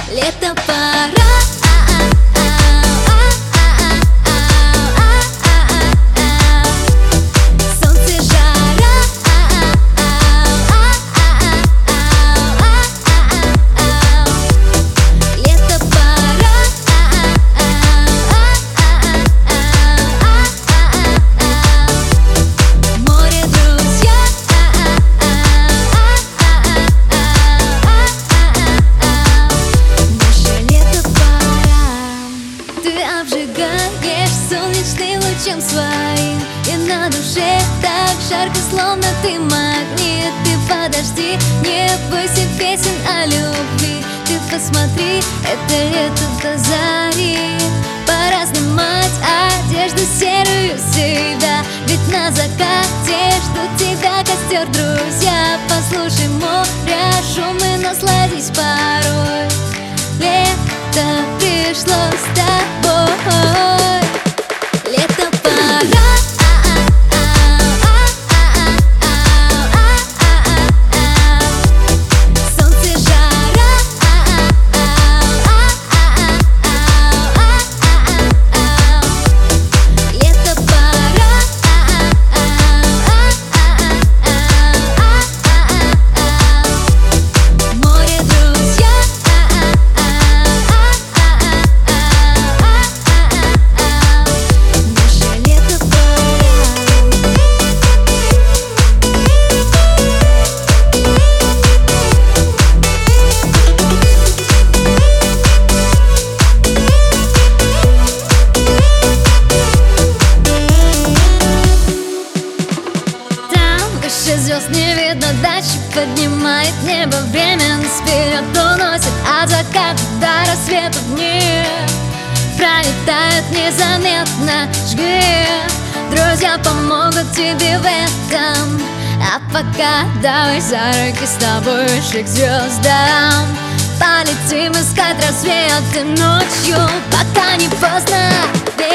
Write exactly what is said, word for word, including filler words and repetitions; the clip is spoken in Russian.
Лето, пора. Обжигаешь солнечным лучом своим, и на душе так жарко, словно ты магнит. Ты подожди, не бойся песен о любви. Ты посмотри, это лето до зари. Пора снимать одежду серую себя, ведь на закате ждут тебя костер друзья. Послушай море шум и насладись порой. Лето пришло с тобой. Лето, пора. Солнце, жара. Лето, пора. Море, друзья. Звезд не видно, дальше поднимает небо. Время нас вперед уносит от заката до рассвета дни. Пролетают незаметно, жги. Друзья помогут тебе в этом. А пока давай за руки с тобой выше к звездам. Полетим искать рассвет и ночью, пока не поздно.